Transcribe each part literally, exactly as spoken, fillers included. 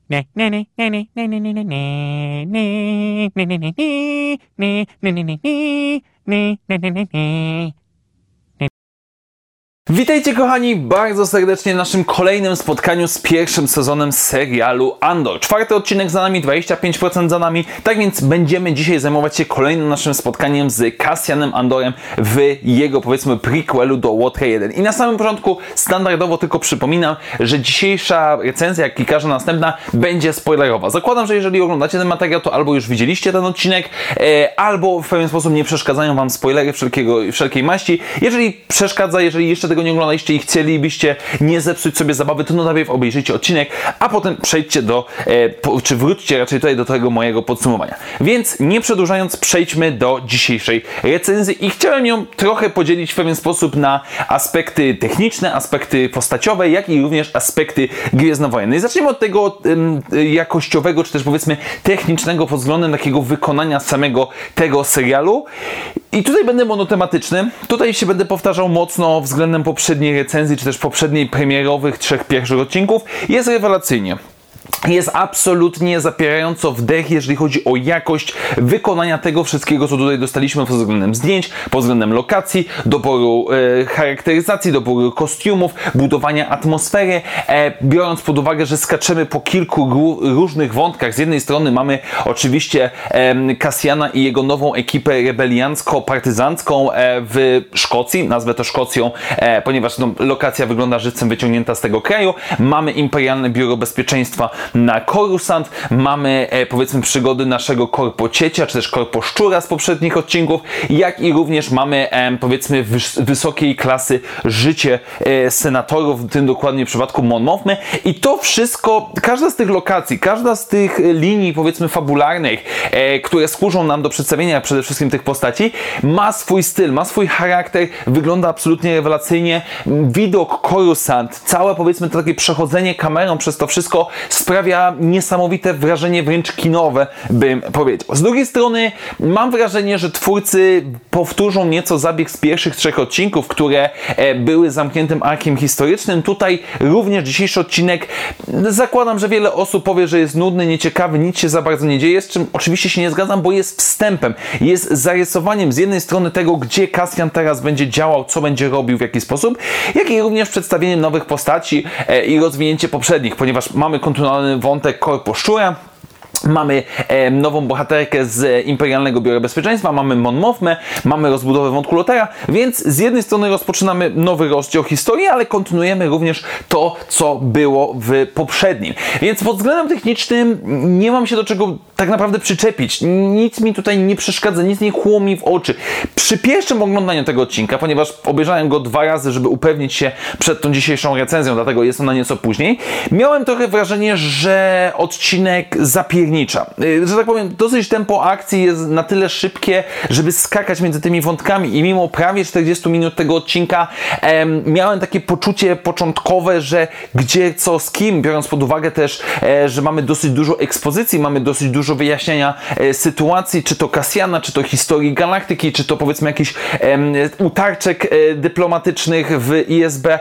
Witajcie kochani bardzo serdecznie w naszym kolejnym spotkaniu z pierwszym sezonem serialu Andor. Czwarty odcinek za nami, dwadzieścia pięć procent za nami, tak więc będziemy dzisiaj zajmować się kolejnym naszym spotkaniem z Cassianem Andorem w jego, powiedzmy, prequelu do Łotra jeden. I na samym początku standardowo tylko przypominam, że dzisiejsza recenzja, jak i każda następna, będzie spoilerowa. Zakładam, że jeżeli oglądacie ten materiał, to albo już widzieliście ten odcinek, e, albo w pewien sposób nie przeszkadzają wam spoilery wszelkiego, wszelkiej maści. Jeżeli przeszkadza, jeżeli jeszcze tego nie oglądaliście i chcielibyście nie zepsuć sobie zabawy, to no najpierw obejrzyjcie odcinek, a potem przejdźcie do, e, po, czy wróćcie raczej tutaj do tego mojego podsumowania. Więc nie przedłużając, przejdźmy do dzisiejszej recenzji i chciałem ją trochę podzielić w pewien sposób na aspekty techniczne, aspekty postaciowe, jak i również aspekty gwiezdnowojenne. I zacznijmy od tego ym, jakościowego, czy też powiedzmy technicznego pod względem takiego wykonania samego tego serialu. I tutaj będę monotematyczny, tutaj się będę powtarzał mocno względem poprzedniej recenzji, czy też poprzedniej premierowych trzech pierwszych odcinków. Jest rewelacyjnie. Jest absolutnie zapierająco wdech, jeżeli chodzi o jakość wykonania tego wszystkiego, co tutaj dostaliśmy pod względem zdjęć, pod względem lokacji, doboru e, charakteryzacji, doboru kostiumów, budowania atmosfery, e, biorąc pod uwagę, że skaczemy po kilku różnych wątkach. Z jednej strony mamy oczywiście e, Cassiana i jego nową ekipę rebeliancko-partyzancką e, w Szkocji, nazwę to Szkocją, e, ponieważ no, lokacja wygląda żywcem wyciągnięta z tego kraju. Mamy Imperialne Biuro Bezpieczeństwa na Coruscant, mamy e, powiedzmy przygody naszego korpociecia, czy też korposzczura z poprzednich odcinków, jak i również mamy e, powiedzmy wys wysokiej klasy życie e, senatorów, w tym dokładnie w przypadku Mon Mothmy, i to wszystko, każda z tych lokacji, każda z tych linii powiedzmy fabularnych, e, które służą nam do przedstawienia przede wszystkim tych postaci, ma swój styl, ma swój charakter, wygląda absolutnie rewelacyjnie. Widok Coruscant, całe powiedzmy to takie przechodzenie kamerą przez to wszystko sprawia niesamowite wrażenie, wręcz kinowe, bym powiedział. Z drugiej strony mam wrażenie, że twórcy powtórzą nieco zabieg z pierwszych trzech odcinków, które e, były zamkniętym arkiem historycznym. Tutaj również dzisiejszy odcinek, zakładam, że wiele osób powie, że jest nudny, nieciekawy, nic się za bardzo nie dzieje, z czym oczywiście się nie zgadzam, bo jest wstępem, jest zarysowaniem z jednej strony tego, gdzie Cassian teraz będzie działał, co będzie robił, w jaki sposób, jak i również przedstawieniem nowych postaci e, i rozwinięcie poprzednich, ponieważ mamy kontynuowany wątek korposzczura. Mamy e, nową bohaterkę z Imperialnego Biura Bezpieczeństwa, mamy Mon Mothmę, mamy rozbudowę wątku Lotera, więc z jednej strony rozpoczynamy nowy rozdział historii, ale kontynuujemy również to, co było w poprzednim. Więc pod względem technicznym nie mam się do czego tak naprawdę przyczepić. Nic mi tutaj nie przeszkadza, nic nie kłuło mi w oczy. Przy pierwszym oglądaniu tego odcinka, ponieważ obejrzałem go dwa razy, żeby upewnić się przed tą dzisiejszą recenzją, dlatego jest ona nieco później, miałem trochę wrażenie, że odcinek zapiernicza. Że tak powiem, dosyć tempo akcji jest na tyle szybkie, żeby skakać między tymi wątkami, i mimo prawie czterdziestu minut tego odcinka em, miałem takie poczucie początkowe, że gdzie, co, z kim, biorąc pod uwagę też, e, że mamy dosyć dużo ekspozycji, mamy dosyć dużo wyjaśniania e, sytuacji, czy to Cassiana, czy to historii galaktyki, czy to powiedzmy jakichś utarczek e, dyplomatycznych w I S B,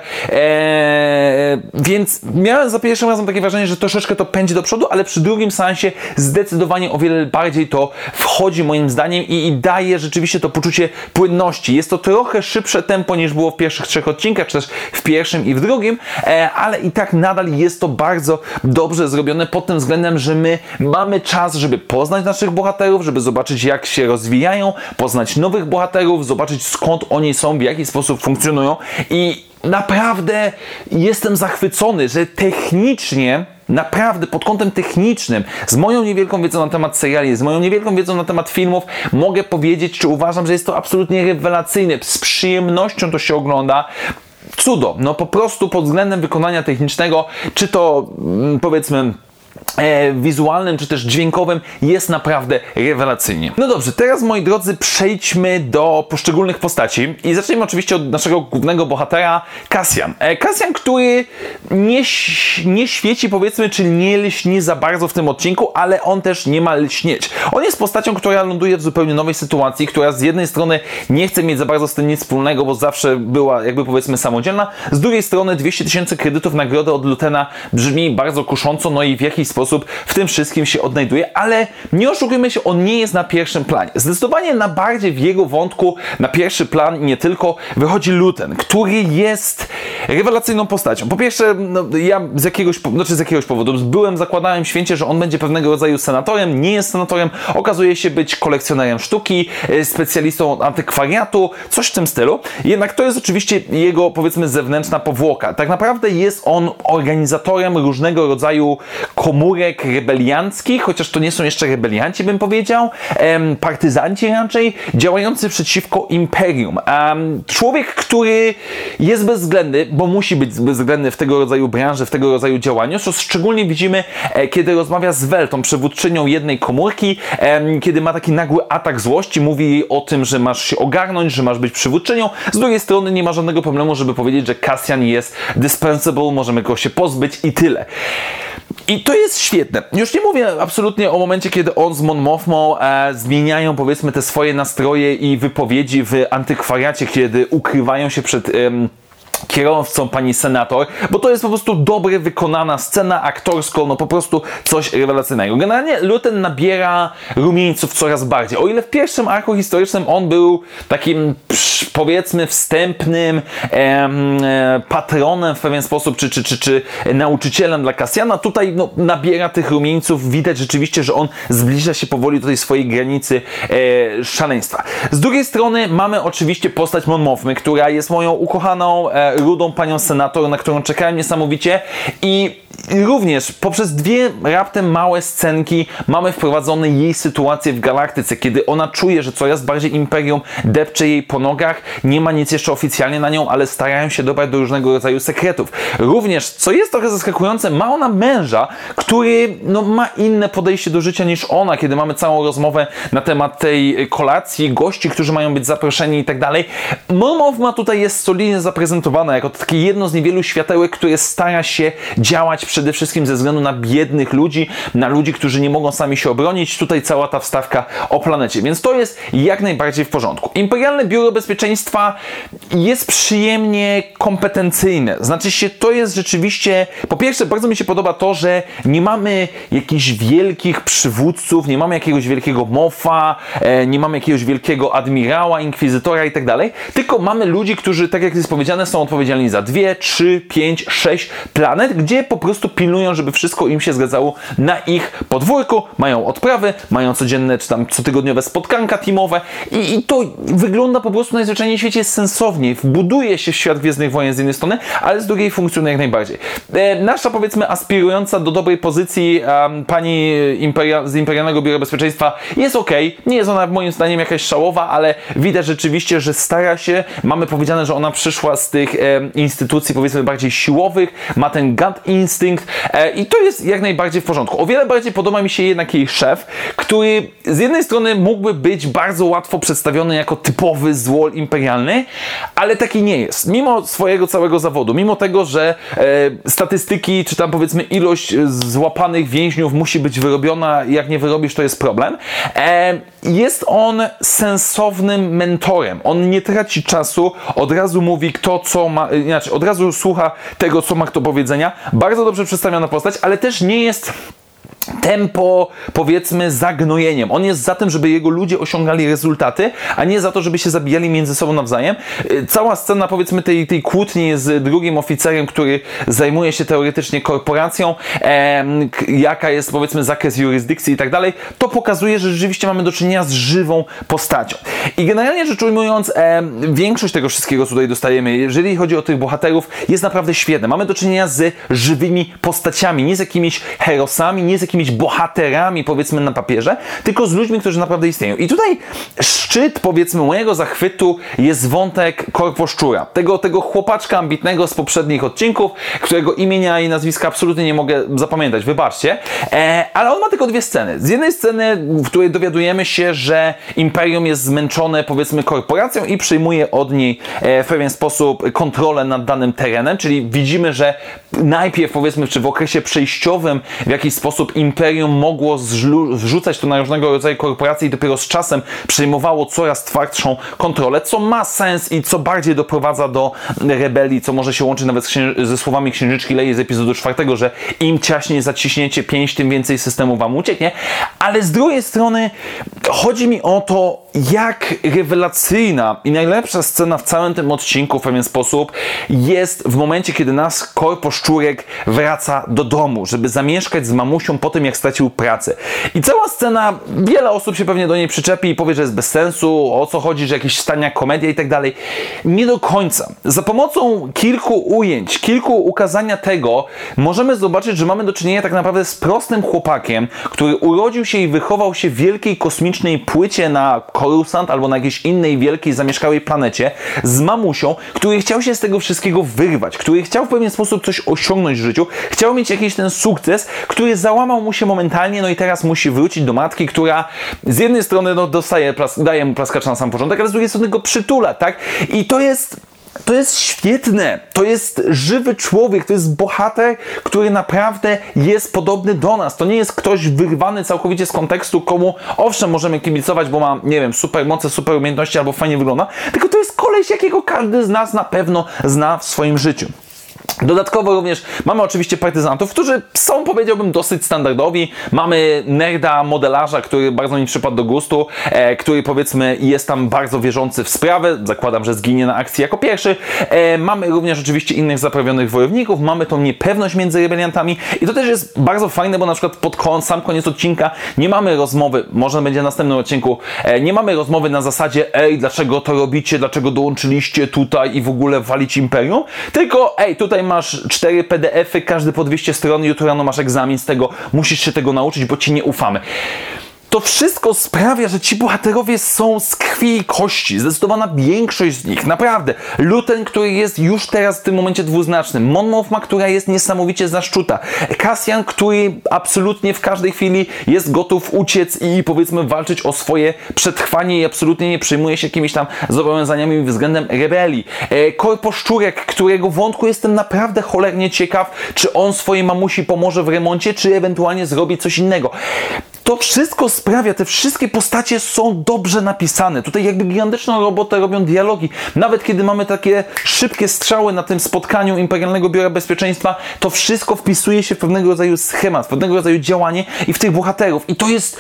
e, więc miałem za pierwszym razem takie wrażenie, że troszeczkę to pędzi do przodu, ale przy drugim seansie zdecydowanie o wiele bardziej to wchodzi moim zdaniem i, i daje rzeczywiście to poczucie płynności. Jest to trochę szybsze tempo niż było w pierwszych trzech odcinkach, czy też w pierwszym i w drugim, e, ale i tak nadal jest to bardzo dobrze zrobione pod tym względem, że my mamy czas, żeby poznać naszych bohaterów, żeby zobaczyć, jak się rozwijają, poznać nowych bohaterów, zobaczyć, skąd oni są, w jaki sposób funkcjonują, i naprawdę jestem zachwycony, że technicznie, naprawdę pod kątem technicznym, z moją niewielką wiedzą na temat seriali, z moją niewielką wiedzą na temat filmów, mogę powiedzieć, czy uważam, że jest to absolutnie rewelacyjne. Z przyjemnością to się ogląda. Cudo. No po prostu pod względem wykonania technicznego, czy to powiedzmy E, wizualnym, czy też dźwiękowym, jest naprawdę rewelacyjnie. No dobrze, teraz moi drodzy, przejdźmy do poszczególnych postaci i zacznijmy oczywiście od naszego głównego bohatera, Cassian. E, Cassian, który nie, nie świeci, powiedzmy, czy nie lśni za bardzo w tym odcinku, ale on też nie ma lśnieć. On jest postacią, która ląduje w zupełnie nowej sytuacji, która z jednej strony nie chce mieć za bardzo z tym nic wspólnego, bo zawsze była jakby powiedzmy samodzielna, z drugiej strony dwieście tysięcy kredytów nagrody od Lutena brzmi bardzo kusząco, no i w jakiś sposób sposób w tym wszystkim się odnajduje, ale nie oszukujmy się, on nie jest na pierwszym planie. Zdecydowanie na bardziej w jego wątku na pierwszy plan i nie tylko wychodzi Luthen, który jest rewelacyjną postacią. Po pierwsze, no, ja z jakiegoś, znaczy z jakiegoś powodu byłem, zakładałem święcie, że on będzie pewnego rodzaju senatorem, nie jest senatorem, okazuje się być kolekcjonerem sztuki, specjalistą od antykwariatu, coś w tym stylu. Jednak to jest oczywiście jego, powiedzmy, zewnętrzna powłoka. Tak naprawdę jest on organizatorem różnego rodzaju komórek rebelianckich, chociaż to nie są jeszcze rebelianci, bym powiedział, em, partyzanci raczej, działający przeciwko imperium. Um, człowiek, który jest bezwzględny, bo musi być bezwzględny w tego rodzaju branży, w tego rodzaju działaniu, co szczególnie widzimy, e, kiedy rozmawia z Vel, tą przywódczynią jednej komórki, e, kiedy ma taki nagły atak złości, mówi jej o tym, że masz się ogarnąć, że masz być przywódczynią. Z drugiej strony nie ma żadnego problemu, żeby powiedzieć, że Cassian jest dispensable, możemy go się pozbyć i tyle. I to jest świetne. Już nie mówię absolutnie o momencie, kiedy on z Mon Mothmą e, zmieniają, powiedzmy, te swoje nastroje i wypowiedzi w antykwariacie, kiedy ukrywają się przed... Em, kierowcą pani senator, bo to jest po prostu dobrze wykonana scena aktorsko, no po prostu coś rewelacyjnego. Generalnie Luthen nabiera rumieńców coraz bardziej. O ile w pierwszym arku historycznym on był takim, psz, powiedzmy, wstępnym em, e, patronem w pewien sposób, czy, czy, czy, czy nauczycielem dla Cassiana, tutaj no, nabiera tych rumieńców. Widać rzeczywiście, że on zbliża się powoli do tej swojej granicy e, szaleństwa. Z drugiej strony mamy oczywiście postać Mon Mothmy, która jest moją ukochaną e, rudą panią senator, na którą czekałem niesamowicie i również poprzez dwie raptem małe scenki mamy wprowadzone jej sytuację w galaktyce, kiedy ona czuje, że coraz bardziej imperium depcze jej po nogach, nie ma nic jeszcze oficjalnie na nią, ale starają się dobrać do różnego rodzaju sekretów. Również, co jest trochę zaskakujące, ma ona męża, który no, ma inne podejście do życia niż ona, kiedy mamy całą rozmowę na temat tej kolacji, gości, którzy mają być zaproszeni i tak dalej. Mon Mothma tutaj jest solidnie zaprezentowana jako takie jedno z niewielu światełek, które stara się działać przede wszystkim ze względu na biednych ludzi, na ludzi, którzy nie mogą sami się obronić. Tutaj cała ta wstawka o planecie, więc to jest jak najbardziej w porządku. Imperialne Biuro Bezpieczeństwa jest przyjemnie kompetencyjne. Znaczy się, to jest rzeczywiście, po pierwsze, bardzo mi się podoba to, że nie mamy jakichś wielkich przywódców, nie mamy jakiegoś wielkiego Moffa, e, nie mamy jakiegoś wielkiego admirała, inkwizytora i tak dalej, tylko mamy ludzi, którzy, tak jak jest powiedziane, są odpowiedzialni za dwie, trzy, pięć, sześć planet, gdzie po prostu pilnują, żeby wszystko im się zgadzało na ich podwórku, mają odprawy, mają codzienne czy tam cotygodniowe spotkanka teamowe i, i to wygląda po prostu najzwyczajniej w świecie sensownie, wbuduje się w świat Gwiezdnych Wojen z jednej strony, ale z drugiej funkcjonuje jak najbardziej. E, nasza, powiedzmy, aspirująca do dobrej pozycji um, pani Imperia, z Imperialnego Biura Bezpieczeństwa jest ok, nie jest ona moim zdaniem jakaś szałowa, ale widać rzeczywiście, że stara się, mamy powiedziane, że ona przyszła z tych e, instytucji, powiedzmy, bardziej siłowych, ma ten gut instynkt e, i to jest jak najbardziej w porządku. O wiele bardziej podoba mi się jednak jej szef, który z jednej strony mógłby być bardzo łatwo przedstawiony jako typowy złol imperialny, ale taki nie jest. Mimo swojego całego zawodu, mimo tego, że e, statystyki, czy tam powiedzmy ilość złapanych więźniów musi być wyrobiona, jak nie wyrobisz, to jest problem. E, jest on sensownym mentorem. On nie traci czasu, od razu mówi kto co ma, inaczej, od razu słucha tego, co ma kto powiedzenia. Bardzo dobrze przedstawiona postać, ale też nie jest tempo, powiedzmy, zagnojeniem. On jest za tym, żeby jego ludzie osiągali rezultaty, a nie za to, żeby się zabijali między sobą nawzajem. Cała scena, powiedzmy, tej, tej kłótni z drugim oficerem, który zajmuje się teoretycznie korporacją, e, jaka jest, powiedzmy, zakres jurysdykcji i tak dalej, to pokazuje, że rzeczywiście mamy do czynienia z żywą postacią. I generalnie rzecz ujmując, e, większość tego wszystkiego, co tutaj dostajemy, jeżeli chodzi o tych bohaterów, jest naprawdę świetne. Mamy do czynienia z żywymi postaciami, nie z jakimiś herosami, nie z jakimiś bohaterami, powiedzmy, na papierze, tylko z ludźmi, którzy naprawdę istnieją. I tutaj szczyt, powiedzmy, mojego zachwytu jest wątek Korposzczura. Tego, tego chłopaczka ambitnego z poprzednich odcinków, którego imienia i nazwiska absolutnie nie mogę zapamiętać, wybaczcie. E, ale on ma tylko dwie sceny. Z jednej sceny, w której dowiadujemy się, że Imperium jest zmęczone, powiedzmy, korporacją i przyjmuje od niej e, w pewien sposób kontrolę nad danym terenem, czyli widzimy, że najpierw, powiedzmy, czy w okresie przejściowym w jakiś sposób Imperium mogło zrzucać to na różnego rodzaju korporacje i dopiero z czasem przejmowało coraz twardszą kontrolę, co ma sens i co bardziej doprowadza do rebelii, co może się łączyć nawet ze słowami księżniczki Lei z epizodu czwartego, że im ciaśniej zaciśniecie pięść, tym więcej systemu wam ucieknie, ale z drugiej strony chodzi mi o to, jak rewelacyjna i najlepsza scena w całym tym odcinku w pewien sposób jest w momencie, kiedy nasz korpo szczurek wraca do domu, żeby zamieszkać z mamusią po tym, jak stracił pracę. I cała scena, wiele osób się pewnie do niej przyczepi i powie, że jest bez sensu, o co chodzi, że jakieś stania komedia i tak dalej. Nie do końca. Za pomocą kilku ujęć, kilku ukazania tego, możemy zobaczyć, że mamy do czynienia tak naprawdę z prostym chłopakiem, który urodził się i wychował się w wielkiej kosmicznej płycie na Coruscant albo na jakiejś innej wielkiej, zamieszkałej planecie z mamusią, który chciał się z tego wszystkiego wyrwać, który chciał w pewien sposób coś osiągnąć w życiu, chciał mieć jakiś ten sukces, który załamał mu się momentalnie, no i teraz musi wrócić do matki, która z jednej strony no, dostaje, daje mu plaskacza na sam początek, ale z drugiej strony go przytula, tak? I to jest To jest świetne, to jest żywy człowiek, to jest bohater, który naprawdę jest podobny do nas. To nie jest ktoś wyrwany całkowicie z kontekstu, komu owszem możemy kibicować, bo ma, nie wiem, super moce, super umiejętności albo fajnie wygląda, tylko to jest koleś, jakiego każdy z nas na pewno zna w swoim życiu. Dodatkowo również mamy oczywiście partyzantów, którzy są, powiedziałbym, dosyć standardowi. Mamy nerda, modelarza, który bardzo mi przypadł do gustu, e, który powiedzmy jest tam bardzo wierzący w sprawę. Zakładam, że zginie na akcji jako pierwszy. E, mamy również oczywiście innych zaprawionych wojowników. Mamy tą niepewność między rebeliantami i to też jest bardzo fajne, bo na przykład pod koniec, sam koniec odcinka nie mamy rozmowy, może będzie w następnym odcinku, e, nie mamy rozmowy na zasadzie ej, dlaczego to robicie, dlaczego dołączyliście tutaj i w ogóle walić imperium, tylko ej, tutaj masz cztery P D F y, każdy po dwieście stron, jutro rano masz egzamin z tego, musisz się tego nauczyć, bo ci nie ufamy. To wszystko sprawia, że ci bohaterowie są z krwi i kości. Zdecydowana większość z nich, naprawdę. Luten, który jest już teraz w tym momencie dwuznaczny. Mon Mothma, która jest niesamowicie zaszczuta. Cassian, który absolutnie w każdej chwili jest gotów uciec i powiedzmy walczyć o swoje przetrwanie i absolutnie nie przejmuje się jakimiś tam zobowiązaniami względem rebelii. E, Korpo Szczurek, którego wątku jestem naprawdę cholernie ciekaw, czy on swojej mamusi pomoże w remoncie, czy ewentualnie zrobi coś innego. To wszystko sprawia, te wszystkie postacie są dobrze napisane. Tutaj jakby gigantyczną robotę robią dialogi. Nawet kiedy mamy takie szybkie strzały na tym spotkaniu Imperialnego Biura Bezpieczeństwa, to wszystko wpisuje się w pewnego rodzaju schemat, w pewnego rodzaju działanie i w tych bohaterów. I to jest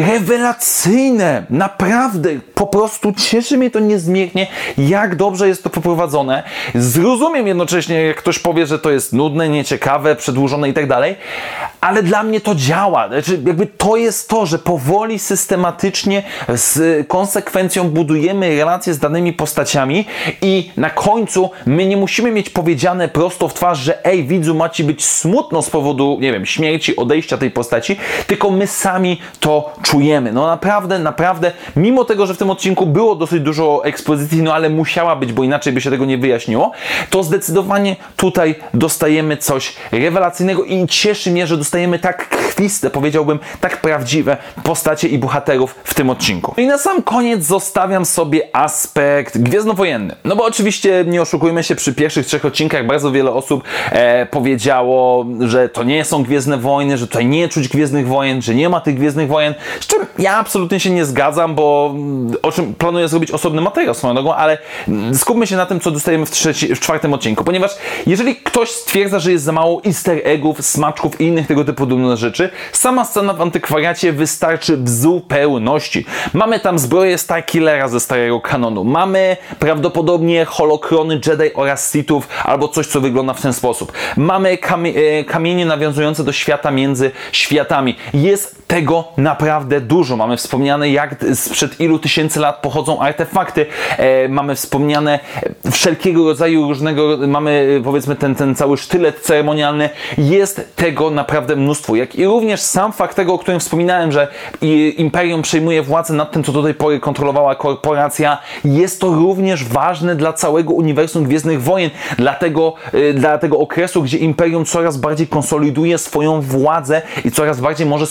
rewelacyjne. Naprawdę. Po prostu cieszy mnie to niezmiernie, jak dobrze jest to poprowadzone. Zrozumiem jednocześnie, jak ktoś powie, że to jest nudne, nieciekawe, przedłużone i tak dalej, ale dla mnie to działa. Znaczy, jakby to jest jest to, że powoli, systematycznie, z konsekwencją budujemy relacje z danymi postaciami i na końcu my nie musimy mieć powiedziane prosto w twarz, że ej, widzu, ma ci być smutno z powodu, nie wiem, śmierci, odejścia tej postaci, tylko my sami to czujemy. No naprawdę, naprawdę, mimo tego, że w tym odcinku było dosyć dużo ekspozycji, no ale musiała być, bo inaczej by się tego nie wyjaśniło, to zdecydowanie tutaj dostajemy coś rewelacyjnego i cieszy mnie, że dostajemy tak krwiste, powiedziałbym, tak prawdziwe postacie i bohaterów w tym odcinku. I na sam koniec zostawiam sobie aspekt gwiezdnowojenny. No bo oczywiście nie oszukujmy się, przy pierwszych trzech odcinkach bardzo wiele osób e, powiedziało, że to nie są Gwiezdne Wojny, że tutaj nie czuć Gwiezdnych Wojen, że nie ma tych Gwiezdnych Wojen, z czym ja absolutnie się nie zgadzam, bo o czym planuję zrobić osobny materiał swoją drogą, ale skupmy się na tym, co dostajemy w, trzeci, w czwartym odcinku, ponieważ jeżeli ktoś stwierdza, że jest za mało easter eggów, smaczków i innych tego typu dumnych rzeczy, sama scena w antykwariacie wystarczy w zupełności. Mamy tam zbroję Starkillera ze starego kanonu, mamy prawdopodobnie holokrony Jedi oraz Sithów, albo coś, co wygląda w ten sposób. Mamy kamie kamienie nawiązujące do świata między światami. Jest tego naprawdę dużo. Mamy wspomniane, jak sprzed ilu tysięcy lat pochodzą artefakty. E, mamy wspomniane wszelkiego rodzaju różnego, mamy powiedzmy ten, ten cały sztylet ceremonialny. Jest tego naprawdę mnóstwo. Jak i również sam fakt tego, o którym wspominałem, że Imperium przejmuje władzę nad tym, co do tej pory kontrolowała korporacja. Jest to również ważne dla całego uniwersum Gwiezdnych Wojen. Dla tego, yy, dla tego okresu, gdzie Imperium coraz bardziej konsoliduje swoją władzę i coraz bardziej może sobie na to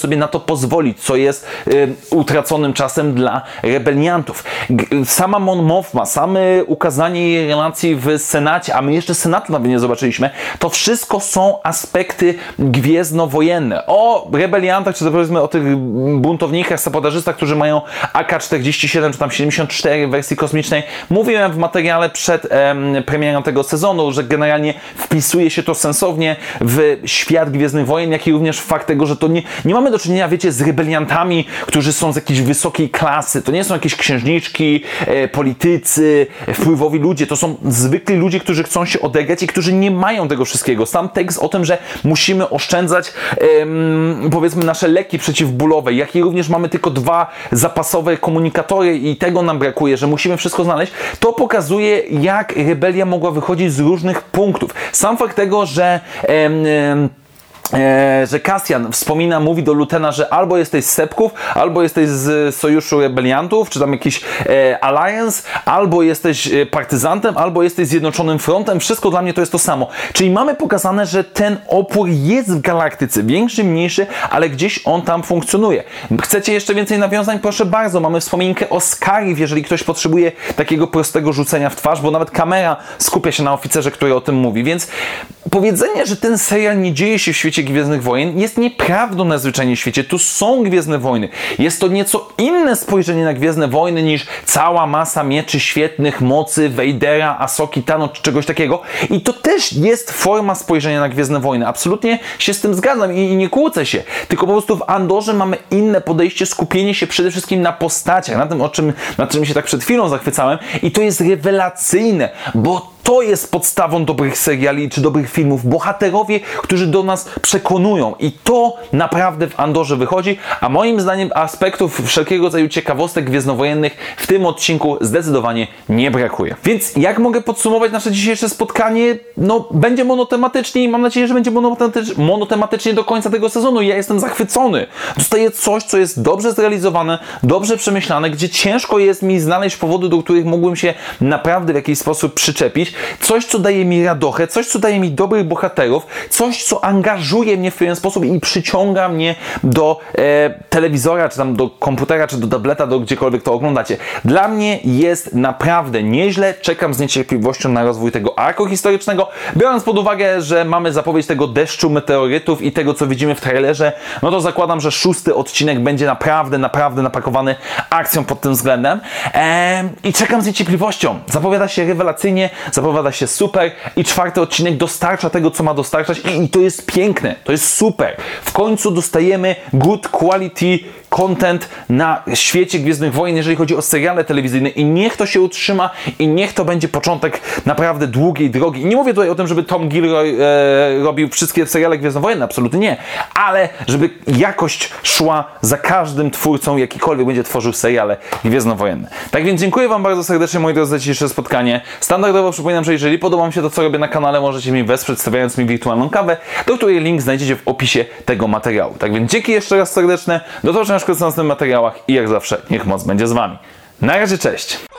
pozwolić, co jest y, utraconym czasem dla rebeliantów. G sama Mon Mothma, same ukazanie jej relacji w Senacie, a my jeszcze Senatu nawet nie zobaczyliśmy, to wszystko są aspekty gwiezdnowojenne. O rebeliantach, czy to powiedzmy o tych buntownikach, sabotażystach, którzy mają A K czterdzieści siedem, czy tam siedemdziesiąt cztery w wersji kosmicznej. Mówiłem w materiale przed em, premierą tego sezonu, że generalnie wpisuje się to sensownie w świat Gwiezdnych Wojen, jak i również fakt tego, że to nie, nie mamy do czynienia, wiecie, z rebeliantami, którzy są z jakiejś wysokiej klasy. To nie są jakieś księżniczki, e, politycy, wpływowi ludzie. To są zwykli ludzie, którzy chcą się odegrać i którzy nie mają tego wszystkiego. Sam tekst o tym, że musimy oszczędzać em, powiedzmy nasze leki przeciwbólowe, jak i również mamy tylko dwa zapasowe komunikatory i tego nam brakuje, że musimy wszystko znaleźć, to pokazuje, jak rebelia mogła wychodzić z różnych punktów. Sam fakt tego, że em, em, E, że Cassian wspomina, mówi do Lutena, że albo jesteś z Sepków, albo jesteś z Sojuszu Rebeliantów, czy tam jakiś e, Alliance, albo jesteś e, partyzantem, albo jesteś Zjednoczonym Frontem. Wszystko dla mnie to jest to samo. Czyli mamy pokazane, że ten opór jest w galaktyce, większy, mniejszy, ale gdzieś on tam funkcjonuje. Chcecie jeszcze więcej nawiązań? Proszę bardzo, mamy wspominkę o Scarif, jeżeli ktoś potrzebuje takiego prostego rzucenia w twarz, bo nawet kamera skupia się na oficerze, który o tym mówi, więc powiedzenie, że ten serial nie dzieje się w świecie Gwiezdnych Wojen jest nieprawdą na zwyczajnie świecie. Tu są Gwiezdne Wojny. Jest to nieco inne spojrzenie na Gwiezdne Wojny niż cała masa mieczy świetnych, mocy, Vadera, Asoki Tano czy czegoś takiego. I to też jest forma spojrzenia na Gwiezdne Wojny. Absolutnie się z tym zgadzam i, i nie kłócę się. Tylko po prostu w Andorze mamy inne podejście, skupienie się przede wszystkim na postaciach, na tym, o czym, na czym się tak przed chwilą zachwycałem. I to jest rewelacyjne, bo to jest podstawą dobrych seriali czy dobrych filmów. Bohaterowie, którzy do nas przekonują. I to naprawdę w Andorze wychodzi. A moim zdaniem aspektów wszelkiego rodzaju ciekawostek gwiezdnowojennych w tym odcinku zdecydowanie nie brakuje. Więc jak mogę podsumować nasze dzisiejsze spotkanie? No, będzie monotematycznie i mam nadzieję, że będzie monotematycz monotematycznie do końca tego sezonu. Ja jestem zachwycony. Dostaję coś, co jest dobrze zrealizowane, dobrze przemyślane, gdzie ciężko jest mi znaleźć powody, do których mógłbym się naprawdę w jakiś sposób przyczepić. Coś, co daje mi radochę, coś, co daje mi dobrych bohaterów, coś, co angażuje mnie w pewien sposób i przyciąga mnie do e, telewizora, czy tam do komputera, czy do tableta, do gdziekolwiek to oglądacie. Dla mnie jest naprawdę nieźle. Czekam z niecierpliwością na rozwój tego arku historycznego, biorąc pod uwagę, że mamy zapowiedź tego deszczu meteorytów i tego, co widzimy w trailerze, no to zakładam, że szósty odcinek będzie naprawdę, naprawdę napakowany akcją pod tym względem. E, I czekam z niecierpliwością. Zapowiada się rewelacyjnie, zapowiada się super i czwarty odcinek dostarcza tego, co ma dostarczać i, i to jest piękne, to jest super. W końcu dostajemy good quality content na świecie Gwiezdnych Wojen, jeżeli chodzi o seriale telewizyjne i niech to się utrzyma i niech to będzie początek naprawdę długiej drogi. I nie mówię tutaj o tym, żeby Tom Gilroy e, robił wszystkie seriale Gwiezdnowojenne, absolutnie nie, ale żeby jakość szła za każdym twórcą, jakikolwiek będzie tworzył seriale gwiezdnowojenne. Tak więc dziękuję Wam bardzo serdecznie, moi drodzy, za dzisiejsze spotkanie. Standardowo przypominam, że jeżeli podoba mi się to, co robię na kanale, możecie mi wesprzeć, stawiając mi wirtualną kawę, do której link znajdziecie w opisie tego materiału. Tak więc dzięki jeszcze raz serdeczne, do zobaczenia w następnych materiałach i jak zawsze niech moc będzie z Wami. Na razie, cześć!